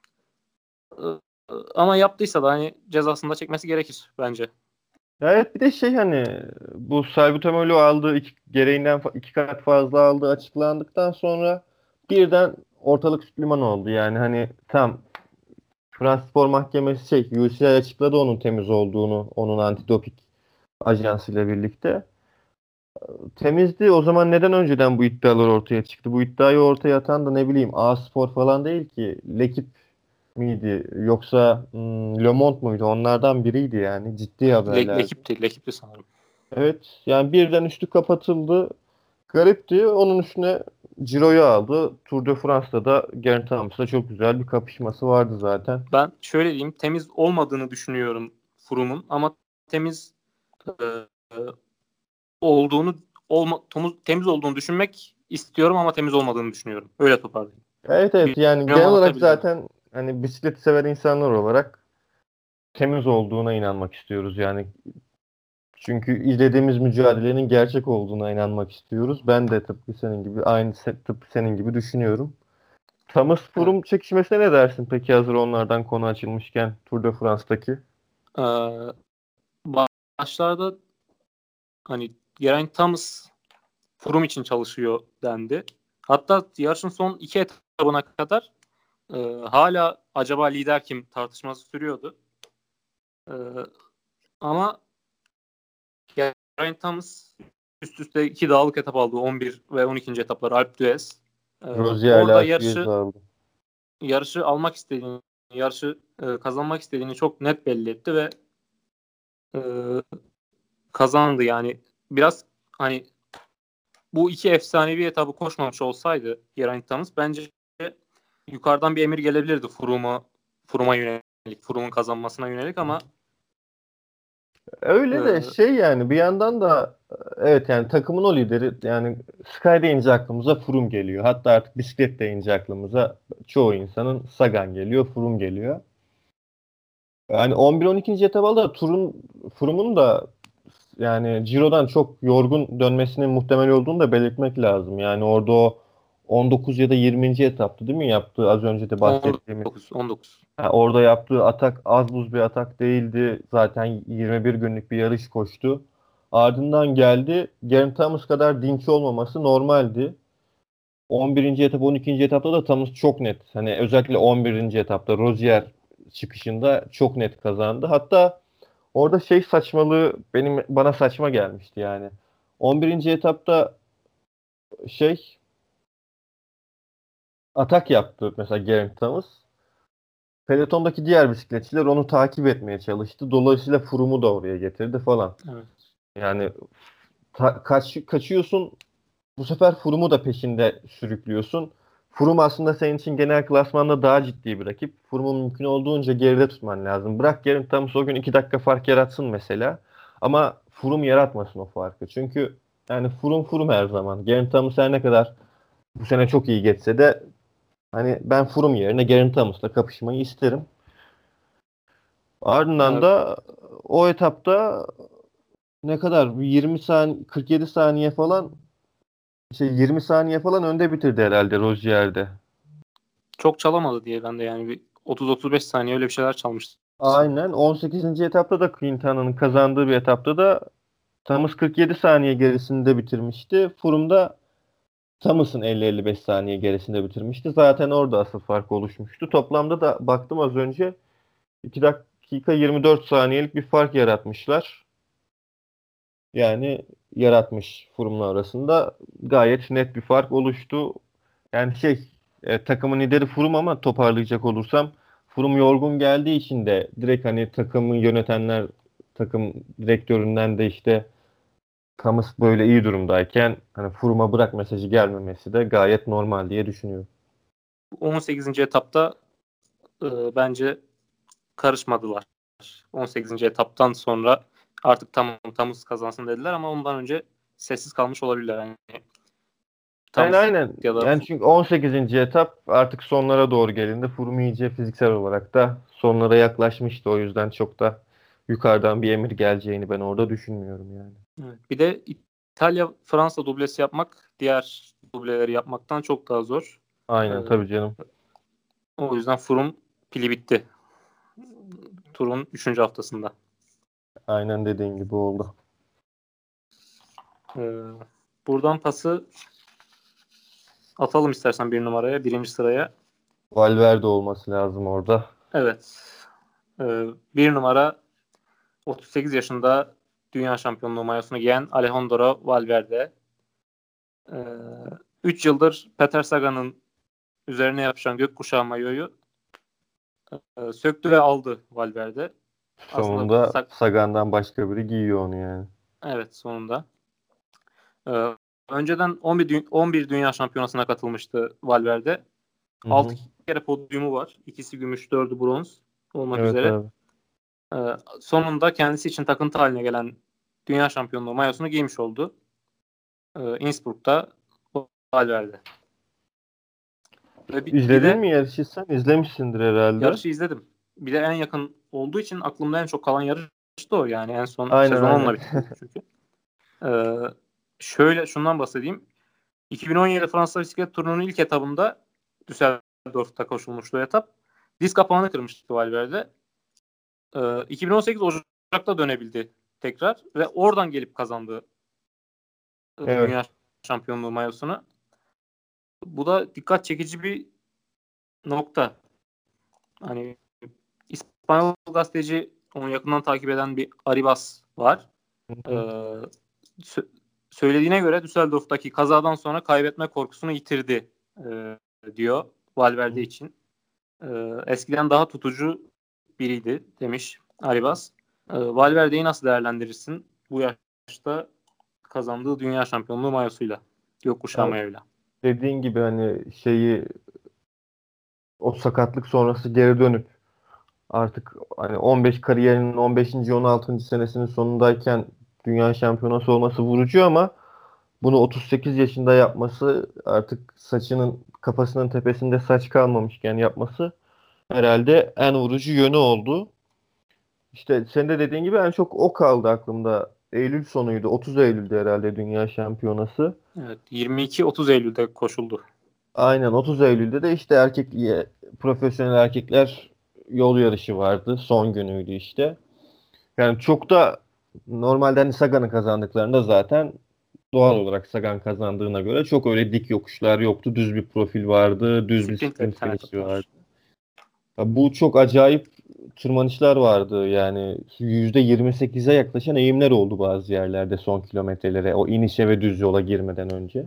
E, Ama yaptıysa da hani cezasını da çekmesi gerekir bence. Ya evet bir de şey hani bu salbutamolu aldığı gereğinden iki kat fazla aldığı açıklandıktan sonra birden ortalık süt liman oldu. Yani hani tam Fransız Spor Mahkemesi şey UCI açıkladı onun temiz olduğunu onun antidoping ajansıyla birlikte. Temizdi. O zaman neden önceden bu iddialar ortaya çıktı? Bu iddiayı ortaya atan da ne bileyim A-Spor falan değil ki. L'Équipe miydi? Yoksa Le Monde muydu? Onlardan biriydi yani. Ciddi haberlerdi. Lekipti sanırım. Evet. Yani birden üstü kapatıldı. Garipti. Onun üstüne Ciro'yu aldı. Tour de France'da da Geraint Thomas'la çok güzel bir kapışması vardı zaten. Ben şöyle diyeyim, temiz olmadığını düşünüyorum Froome'un ama temiz e, e, olduğunu temiz olduğunu düşünmek istiyorum ama temiz olmadığını düşünüyorum. Öyle toparlayayım. Evet evet yani Bilmiyorum genel olarak anlatabildim mi? zaten hani bisiklet sever insanlar olarak temiz olduğuna inanmak istiyoruz. Yani çünkü izlediğimiz mücadelenin gerçek olduğuna inanmak istiyoruz. Ben de tıpkı senin gibi tıpkı senin gibi düşünüyorum. Thomas Evet. Furum çekişmesine ne dersin peki hazır onlardan konu açılmışken Tour de France'daki? Ee, Başlarda hani Geraint Thomas Froome için çalışıyor dendi. Hatta yarışın son iki etabına kadar e, hala acaba lider kim tartışması sürüyordu. E, Ama Geraint Thomas üst üste iki dağlık etap aldı. 11 ve 12. etaplar Alpe d'Huez. Rozier ile Orada Alpiyez aldı. yarışı almak istediğini, yarışı kazanmak istediğini çok net belli etti ve e, kazandı. Yani biraz hani bu iki efsanevi etabı koşmamış olsaydı Geraint Thomas bence yukarıdan bir emir gelebilirdi Froome'a yönelik, Froome'un kazanmasına yönelik ama Öyle de e, şey yani bir yandan da evet yani takımın o lideri yani Sky deyince aklımıza Froome geliyor. Hatta artık bisiklet deyince aklımıza çoğu insanın Sagan geliyor, Froome geliyor. Yani 11-12. etapta Froome'un da yani Ciro'dan çok yorgun dönmesinin muhtemel olduğunu da belirtmek lazım. Yani orada o 19 ya da 20. etaptı değil mi yaptığı az önce de bahsettiğimiz. 19. Orada yaptığı atak az buz bir atak değildi. Zaten 21 günlük bir yarış koştu. Ardından geldi. Geraint Thomas kadar dinç olmaması normaldi. 11. etap, 12. etapta da Thomas çok net. Hani özellikle 11. etapta Rozier çıkışında çok net kazandı. Hatta orada şey saçmalığı bana saçma gelmişti yani. 11. etapta şey atak yaptı mesela Geraint Thomas. Pelotondaki diğer bisikletçiler onu takip etmeye çalıştı. Dolayısıyla Froome'u da oraya getirdi falan. Evet. Yani kaçıyorsun, bu sefer Froome'u da peşinde sürüklüyorsun. Froome aslında senin için genel klasmanda daha ciddi bir rakip. Froome'u mümkün olduğunca geride tutman lazım. Bırak Geraint Thomas o gün 2 dakika fark yaratsın mesela. Ama Froome yaratmasın o farkı. Çünkü yani Froome her zaman. Geraint Thomas her ne kadar bu sene çok iyi geçse de hani ben Froome yerine Geraint Thomas'la kapışmayı isterim. Ardından Evet. da o etapta ne kadar 20 saniye 47 saniye falan 20 saniye falan önde bitirdi herhalde Rozier'de. Çok çalamadı diye ben de yani bir 30-35 saniye öyle bir şeyler çalmıştı. Aynen 18. etapta da Quintana'nın kazandığı bir etapta da Thomas 47 saniye gerisinde bitirmişti. Froome'da Thomas'ın 50-55 saniye gerisinde bitirmişti. Zaten orada asıl fark oluşmuştu. Toplamda da baktım az önce 2 dakika 24 saniyelik bir fark yaratmışlar. Yani yaratmış Froome'la arasında gayet net bir fark oluştu. Yani takımın lideri Froome ama toparlayacak olursam Froome yorgun geldiği için de direkt hani takımı yönetenler takım direktöründen de işte Thomas böyle iyi durumdayken hani Froome'a bırak mesajı gelmemesi de gayet normal diye düşünüyorum. 18. etapta bence karışmadılar. 18. etaptan sonra artık tamam Thomas kazansın dediler ama ondan önce sessiz kalmış olabilirler. Yani Yani Thomas aynen. ya da Yani çünkü 18. etap artık sonlara doğru gelindi. Froome iyice fiziksel olarak da sonlara yaklaşmıştı. O yüzden çok da yukarıdan bir emir geleceğini ben orada düşünmüyorum yani. evet. Bir de İtalya Fransa dublesi yapmak diğer dubleleri yapmaktan çok daha zor. Ee, Aynen tabii canım. O yüzden Froome pili bitti. Turun 3. haftasında. Aynen dediğin gibi oldu. Ee, Buradan pası atalım istersen bir numaraya, birinci sıraya. Valverde olması lazım orada. Evet. Bir numara 38 yaşında dünya şampiyonluğu mayosunu giyen Alejandro Valverde. 3 yıldır Peter Sagan'ın üzerine yapışan gökkuşağı mayoyu söktü ve aldı Valverde. Aslında Sonunda Sagan'dan başka biri giyiyor onu yani. evet sonunda. Önceden 11 dünya şampiyonasına katılmıştı Valverde. Hı 6 hı. kere podyumu var. İkisi gümüş, 4'ü bronz olmak Evet üzere. abi. Sonunda kendisi için takıntı haline gelen dünya şampiyonluğu mayosunu giymiş oldu. Innsbruck'ta Valverde. Ve bir İzledin de mi yarışı sen? İzlemişsindir herhalde. yarışı izledim. Bir de en yakın olduğu için aklımda en çok kalan yarış da o yani. En son Aynen sezon onunla aynen. bitti çünkü. Ee, Şöyle şundan bahsedeyim. 2017 Fransa bisiklet turunun ilk etabında Düsseldorf'ta koşulmuştu o etap. Diz kapağını kırmıştı Valverde. 2018 Ocak'ta dönebildi tekrar ve oradan gelip kazandı Evet. dünya şampiyonluğu mayosunu. Bu da dikkat çekici bir nokta. Hani İspanyol gazeteci onu yakından takip eden bir Arribas var. Hı Ee, hı. sö- Söylediğine göre Düsseldorf'taki kazadan sonra kaybetme korkusunu yitirdi diyor Valverde için. Eskiden daha tutucu biriydi demiş Arribas. Valverde'yi nasıl değerlendirirsin bu yaşta kazandığı dünya şampiyonluğu mayosuyla, gökkuşağı Ya mayoyla? dediğin gibi hani o sakatlık sonrası geri dönüp artık hani 15 kariyerinin 15. 16. senesinin sonundayken dünya şampiyonası olması vurucu ama bunu 38 yaşında yapması artık saçının kafasının tepesinde saç kalmamışken yapması herhalde en vurucu yönü oldu. İşte sen de dediğin gibi en çok o kaldı aklımda. Eylül sonuydu. 30 Eylül'de herhalde dünya şampiyonası. Evet, 22-30 Eylül'de koşuldu. Aynen 30 Eylül'de de işte profesyonel erkekler yol yarışı vardı. Son günüydü işte. Yani çok da normalde hani Sagan'ın kazandıklarında zaten doğal olarak Sagan kazandığına göre çok öyle dik yokuşlar yoktu. Düz bir profil vardı. Düz bir Sprintle bir sprint tane finişi vardı. yaptılar. Ya bu çok acayip tırmanışlar vardı. Yani %28'e yaklaşan eğimler oldu bazı yerlerde son kilometrelere. O inişe ve düz yola girmeden önce.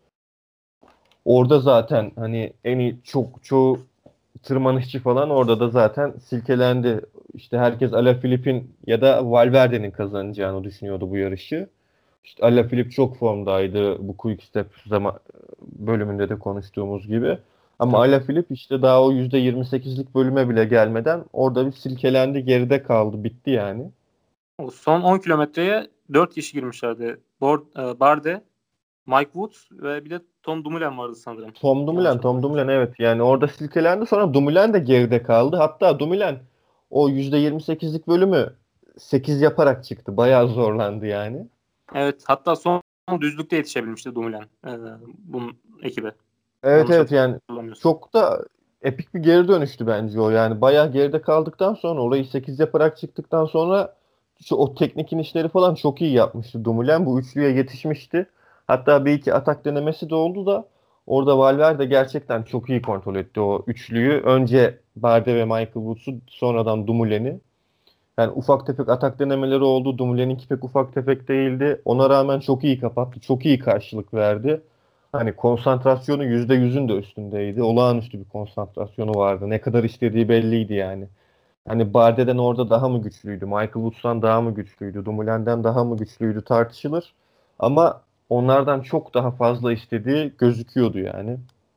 Orada zaten hani en iyi çoğu tırmanışçı falan orada da zaten silkelendi. İşte herkes Alaphilippe'in ya da Valverde'nin kazanacağını düşünüyordu bu yarışı. İşte Alaphilippe çok formdaydı bu Quick Step bölümünde de konuştuğumuz gibi. Ama Tabii. Alaphilippe işte daha o %28'lik bölüme bile gelmeden orada bir silkelendi, geride kaldı, bitti yani. O son 10 kilometreye 4 kişi girmişlerdi. Barde, Mike Woods ve bir de Tom Dumoulin vardı sanırım. Yanlış Tom hatırlamıyorsam. Dumoulin evet yani orada silkelendi, sonra Dumoulin de geride kaldı. Hatta Dumoulin o %28'lik bölümü 8 yaparak çıktı. Bayağı zorlandı yani. Evet, hatta son düzlükte yetişebilmişti Dumoulin bunun ekibe. Evet Yanlış evet yani hatırlamıyorsam. çok da epik bir geri dönüştü bence o. Yani bayağı geride kaldıktan sonra orayı 8 yaparak çıktıktan sonra o teknik inişleri falan çok iyi yapmıştı Dumoulin. Bu üçlüye yetişmişti. Hatta bir iki atak denemesi de oldu da orada Valverde gerçekten çok iyi kontrol etti o üçlüyü. Önce Bardet ve Michael Woods'u, sonradan Dumoulin'i. Yani ufak tefek atak denemeleri oldu. Dumoulin'inki pek ufak tefek değildi. Ona rağmen çok iyi kapattı. Çok iyi karşılık verdi. Hani konsantrasyonu %100'ün de üstündeydi. Olağanüstü bir konsantrasyonu vardı. Ne kadar istediği belliydi yani. Hani Barde'den orada daha mı güçlüydü? Michael Woods'tan daha mı güçlüydü? Dumoulin'den daha mı güçlüydü tartışılır. Ama onlardan çok daha fazla istediği gözüküyordu yani.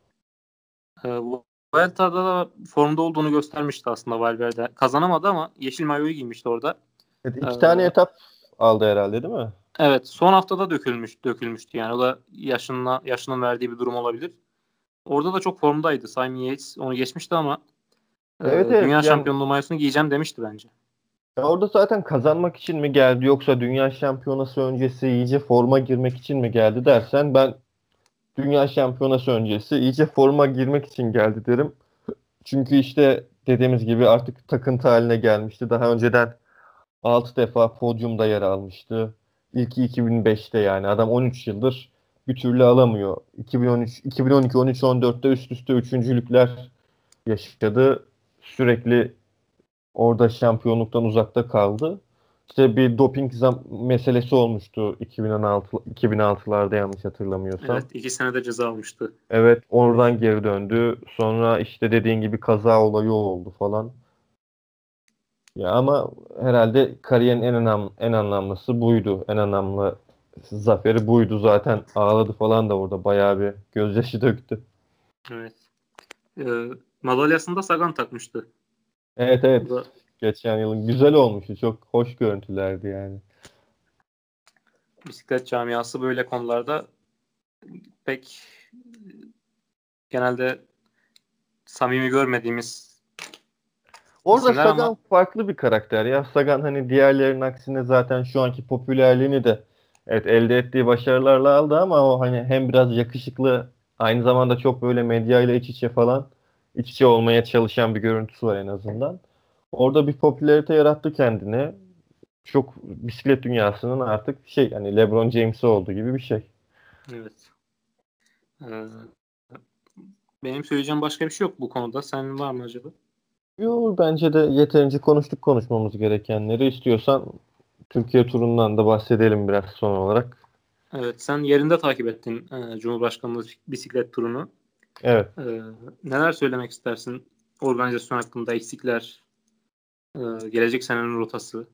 E, Vuelta'da da formda olduğunu göstermişti aslında Valverde. Kazanamadı ama yeşil mayoyu giymişti orada. Evet, E, iki tane etap aldı herhalde değil mi? evet, son haftada dökülmüştü yani. O da yaşının verdiği bir durum olabilir. Orada da çok formdaydı. Simon Yates onu geçmişti ama Evet evet dünya yani şampiyonluğu mayosunu giyeceğim demişti bence. ya orada zaten kazanmak için mi geldi yoksa Dünya Şampiyonası öncesi iyice forma girmek için mi geldi dersen, ben Dünya Şampiyonası öncesi iyice forma girmek için geldi derim. Çünkü işte dediğimiz gibi artık takıntı haline gelmişti. Daha önceden 6 defa podyumda yer almıştı. İlki 2005'te, yani adam 13 yıldır bir türlü alamıyor. 2013, 2012, 13, 14'te üst üste üçüncülükler yaşadı. Sürekli orada şampiyonluktan uzakta kaldı. İşte bir doping meselesi olmuştu 2006'larda yanlış hatırlamıyorsam. Evet, 2 sene de ceza almıştı. Evet, oradan geri döndü. Sonra işte dediğin gibi kaza olayı oldu falan. Ya ama herhalde kariyerin en anlamlısı buydu. En anlamlı zaferi buydu. Zaten ağladı falan da orada. Bayağı bir gözyaşı döktü. Evet. E, Madalyasını da Sagan takmıştı. Evet O evet. da Geçen yılın güzel olmuştu. Çok hoş görüntülerdi yani. bisiklet camiası böyle konularda pek genelde samimi görmediğimiz Orada isimler Sagan ama farklı bir karakter ya. Sagan hani diğerlerinin aksine zaten şu anki popülerliğini de evet elde ettiği başarılarla aldı, ama o hani hem biraz yakışıklı, aynı zamanda çok böyle medyayla iç içe falan, iç içe olmaya çalışan bir görüntüsü var en azından. Orada bir popülarite yarattı kendine. Çok bisiklet dünyasının artık hani LeBron James'i olduğu gibi bir şey. evet. E, benim söyleyeceğim başka bir şey yok bu konuda. Senin var mı acaba? Yo, bence de yeterince konuştuk konuşmamız gerekenleri. İstiyorsan Türkiye turundan da bahsedelim biraz son olarak. Evet, sen yerinde takip ettin Cumhurbaşkanlığı bisiklet turunu. Evet. E, neler söylemek istersin organizasyon hakkında, eksikler, gelecek senenin rotası?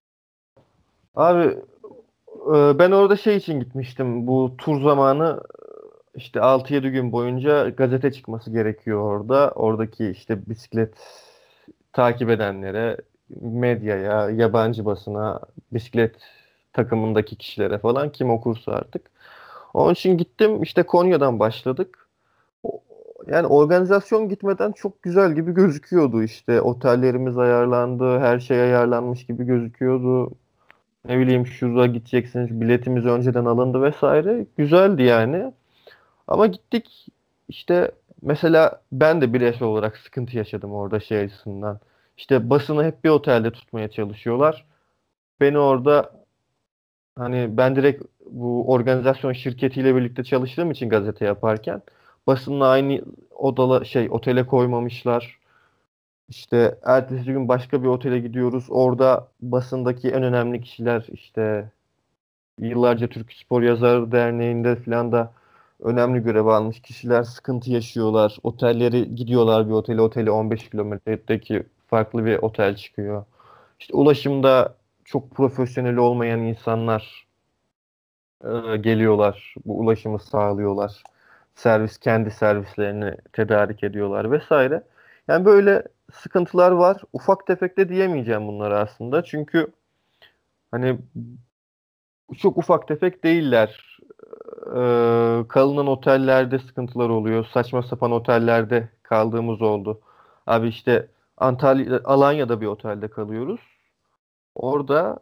Abi ben orada şey için gitmiştim. Bu tur zamanı işte 6-7 gün boyunca gazete çıkması gerekiyor orada. Oradaki işte bisiklet takip edenlere, medyaya, yabancı basına, bisiklet takımındaki kişilere falan, kim okursa artık. Onun için gittim. İşte Konya'dan başladık. O- Yani organizasyon gitmeden çok güzel gibi gözüküyordu işte. Otellerimiz ayarlandı, her şey ayarlanmış gibi gözüküyordu. Ne bileyim, şurada gideceksiniz, biletimiz önceden alındı vesaire. Güzeldi yani. Ama gittik. işte mesela ben de bireysel olarak sıkıntı yaşadım orada şey açısından. İşte basını hep bir otelde tutmaya çalışıyorlar. Beni orada hani ben direkt bu organizasyon şirketiyle birlikte çalıştığım için gazete yaparken basınla aynı otele koymamışlar. İşte ertesi gün başka bir otele gidiyoruz. Orada basındaki en önemli kişiler işte yıllarca Türk Spor Yazarı Derneği'nde falan da önemli görev almış kişiler sıkıntı yaşıyorlar. Otelleri gidiyorlar bir otele. Oteli 15 kilometredeki farklı bir otel çıkıyor. İşte ulaşımda çok profesyonel olmayan insanlar geliyorlar. Bu ulaşımı sağlıyorlar. Kendi servislerini tedarik ediyorlar vesaire. Yani böyle sıkıntılar var. Ufak tefek de diyemeyeceğim bunları aslında. Çünkü hani çok ufak tefek değiller. Kalınan otellerde sıkıntılar oluyor. Saçma sapan otellerde kaldığımız oldu. Abi işte Alanya'da bir otelde kalıyoruz. Orada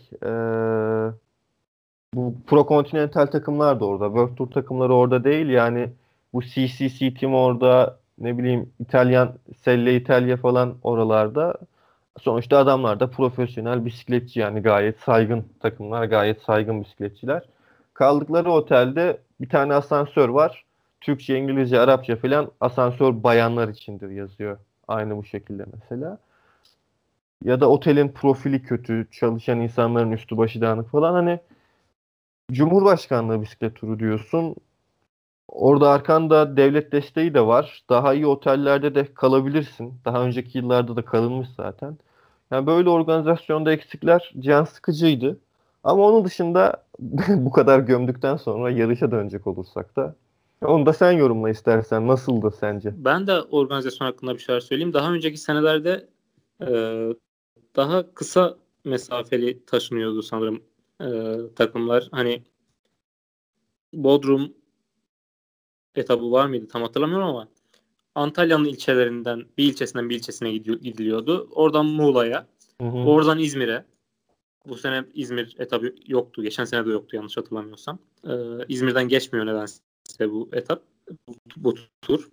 bu Pro Continental takımlar da orada. World Tour takımları orada değil. Yani bu CCC Team orada, ne bileyim İtalyan Selle İtalya falan oralarda. Sonuçta adamlar da profesyonel bisikletçi, yani gayet saygın takımlar, gayet saygın bisikletçiler. Kaldıkları otelde bir tane asansör var. Türkçe, İngilizce, Arapça falan, asansör bayanlar içindir yazıyor. Aynı bu şekilde mesela. Ya da otelin profili kötü, çalışan insanların üstü başı dağınık falan. Hani Cumhurbaşkanlığı bisiklet turu diyorsun. Orada arkanda devlet desteği de var. Daha iyi otellerde de kalabilirsin. Daha önceki yıllarda da kalınmış zaten. Yani böyle organizasyonda eksikler can sıkıcıydı. Ama onun dışında bu kadar gömdükten sonra yarışa dönecek olursak da onu da sen yorumla istersen. Nasıldı sence? Ben de organizasyon hakkında bir şeyler söyleyeyim. Daha önceki senelerde e, daha kısa mesafeli taşınıyordu sanırım takımlar. Hani Bodrum etabı var mıydı tam hatırlamıyorum ama Antalya'nın ilçelerinden bir ilçesinden bir ilçesine gidiliyordu. Oradan Muğla'ya, Hı hı. oradan İzmir'e. Bu sene İzmir etabı yoktu. Geçen sene de yoktu yanlış hatırlamıyorsam. İzmir'den geçmiyor nedense bu etap, bu tur.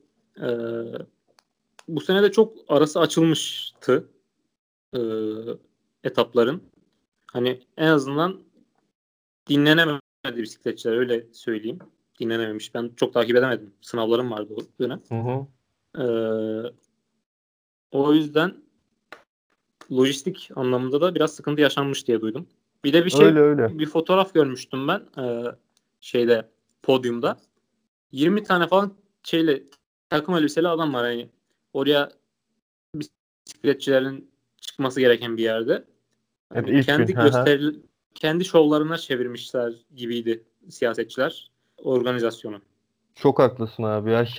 Bu sene de çok arası açılmıştı e, etapların. Hani en azından dinlenemedi bisikletçiler, öyle söyleyeyim. Dinlenememiş. Ben çok takip edemedim. Sınavlarım vardı o dönem. Hı hı. Ee, O yüzden lojistik anlamında da biraz sıkıntı yaşanmış diye duydum. Bir de Öyle öyle. bir fotoğraf görmüştüm ben şeyde, podyumda. 20 tane falan şeyle, takım elbiseli adam var. Yani oraya bisikletçilerin çıkması gereken bir yerde. Evet, Hani ilk gün. Hı hı. kendi şovlarına çevirmişler gibiydi siyasetçiler organizasyonu. Çok haklısın abi ya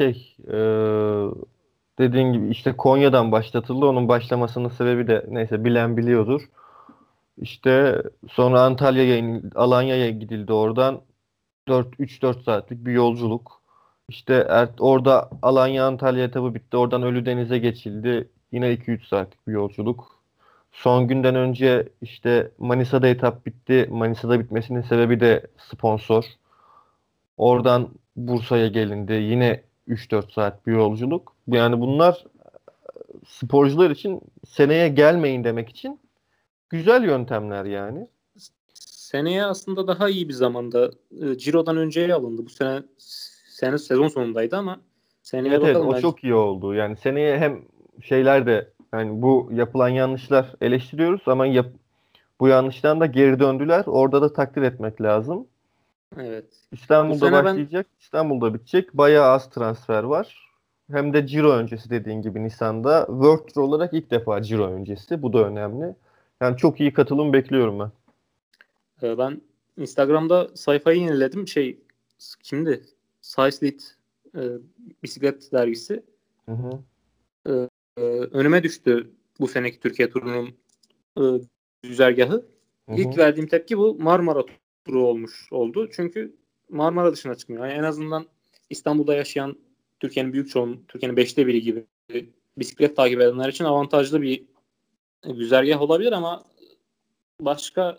dediğin gibi işte Konya'dan başlatıldı. Onun başlamasının sebebi de neyse bilen biliyordur. İşte sonra Alanya'ya gidildi oradan. 3-4 saatlik bir yolculuk. İşte orada Alanya Antalya etabı bitti. Oradan Ölüdeniz'e geçildi. Yine 2-3 saatlik bir yolculuk. Son günden önce işte Manisa'da etap bitti. Manisa'da bitmesinin sebebi de sponsor. Oradan Bursa'ya gelindi. Yine 3-4 saat bir yolculuk. Yani bunlar sporcular için seneye gelmeyin demek için güzel yöntemler yani. Seneye aslında daha iyi bir zamanda, Ciro'dan önceye alındı. Bu sene sezon sonundaydı ama seneye Evet, evet, bakalım o belki. çok iyi oldu. Yani seneye hem şeyler de, yani bu yapılan yanlışlar eleştiriyoruz ama bu yanlıştan da geri döndüler. Orada da takdir etmek lazım. Evet. Bu İstanbul'da sene ben başlayacak, İstanbul'da bitecek. Bayağı az transfer var. Hem de Ciro öncesi, dediğin gibi Nisan'da. World Tour olarak ilk defa Ciro öncesi. Bu da önemli. Yani çok iyi katılım bekliyorum ben. ben Instagram'da sayfayı yeniledim. Kimdi? Cyclead e, bisiklet dergisi. Hı hı. E, Önüme düştü bu seneki Türkiye turunun e, güzergahı. Hı İlk hı. verdiğim tepki bu Marmara turu oldu. Çünkü Marmara dışına çıkmıyor. Yani en azından İstanbul'da yaşayan Türkiye'nin 5'te 1'i gibi bisiklet takip edenler için avantajlı bir güzergah olabilir ama başka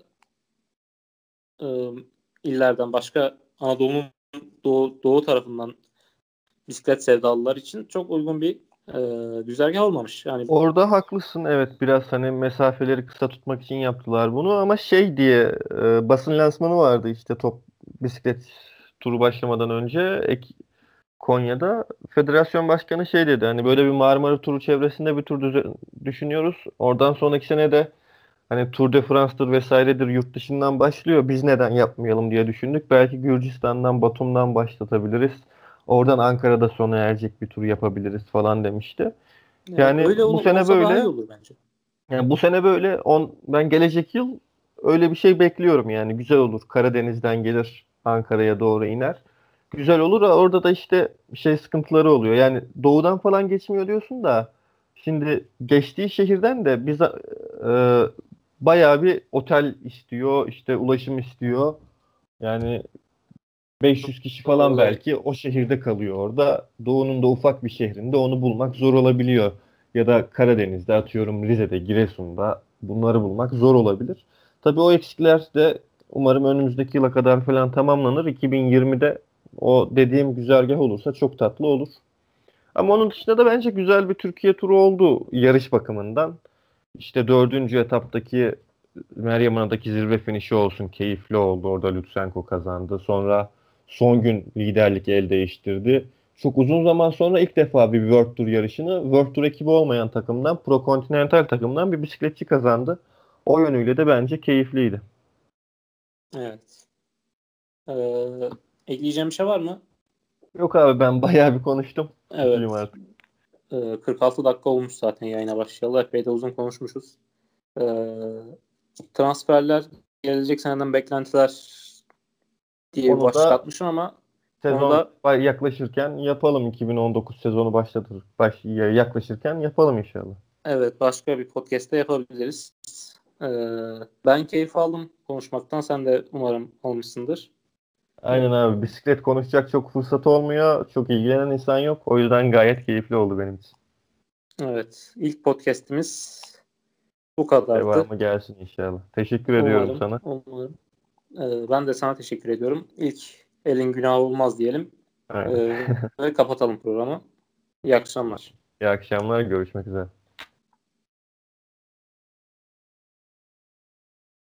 e, illerden, başka Anadolu'nun doğu tarafından bisiklet sevdalılar için çok uygun bir güzergah olmamış. Yani Orada haklısın, evet, biraz hani mesafeleri kısa tutmak için yaptılar bunu ama şey diye basın lansmanı vardı işte bisiklet turu başlamadan önce Konya'da federasyon başkanı şey dedi, hani böyle bir Marmara turu çevresinde bir tur düşünüyoruz. Oradan sonraki sene de hani Tour de France'dır vesairedir yurt dışından başlıyor. Biz neden yapmayalım diye düşündük. Belki Gürcistan'dan, Batum'dan başlatabiliriz. Oradan Ankara'da sona erecek bir tur yapabiliriz falan demişti. Yani öyle bu sene olsa daha iyi böyle. olur bence. Yani bu sene böyle ben gelecek yıl öyle bir şey bekliyorum yani. Güzel olur. Karadeniz'den gelir, Ankara'ya doğru iner. Güzel olur. Orada da işte şey sıkıntıları oluyor. Yani doğudan falan geçmiyor diyorsun da şimdi geçtiği şehirden de bayağı bir otel istiyor, işte ulaşım istiyor. Yani 500 kişi falan Doğru. belki o şehirde kalıyor orada. Doğu'nun da ufak bir şehrinde onu bulmak zor olabiliyor. Ya da Karadeniz'de, atıyorum Rize'de, Giresun'da bunları bulmak zor olabilir. Tabii o eksikler de umarım önümüzdeki yıla kadar falan tamamlanır. 2020'de o dediğim güzergah olursa çok tatlı olur. Ama onun dışında da bence güzel bir Türkiye turu oldu yarış bakımından. İşte dördüncü etaptaki Meryem Ana'daki zirve finişi olsun, keyifli oldu. Orada Lutsenko kazandı. Sonra son gün liderlik el değiştirdi. Çok uzun zaman sonra ilk defa bir World Tour yarışını World Tour ekibi olmayan takımdan, Pro Continental takımdan bir bisikletçi kazandı. O yönüyle de bence keyifliydi. Evet. Ekleyeceğim bir şey var mı? Yok abi, ben bayağı bir konuştum. Susayım Evet. artık. 46 dakika olmuş zaten yayına başlayalı. Epey de uzun konuşmuşuz. Transferler, gelecek seneden beklentiler diye bir Onu başlık da atmışım ama onu sezon da yaklaşırken yapalım. 2019 sezonu yaklaşırken yapalım inşallah. evet, başka bir podcast'te yapabiliriz. Ee, Ben keyif aldım konuşmaktan. Sen de umarım almışsındır. Ee, Aynen abi. Bisiklet konuşacak çok fırsat olmuyor. Çok ilgilenen insan yok. O yüzden gayet keyifli oldu benim için. evet, ilk podcast'imiz bu kadardı. Devamı gelsin inşallah. Teşekkür ediyorum Umarım, sana. umarım. Ben de sana teşekkür ediyorum. İlk elin günahı olmaz diyelim. Aynen. Ve kapatalım programı. İyi akşamlar. İyi akşamlar. Görüşmek üzere.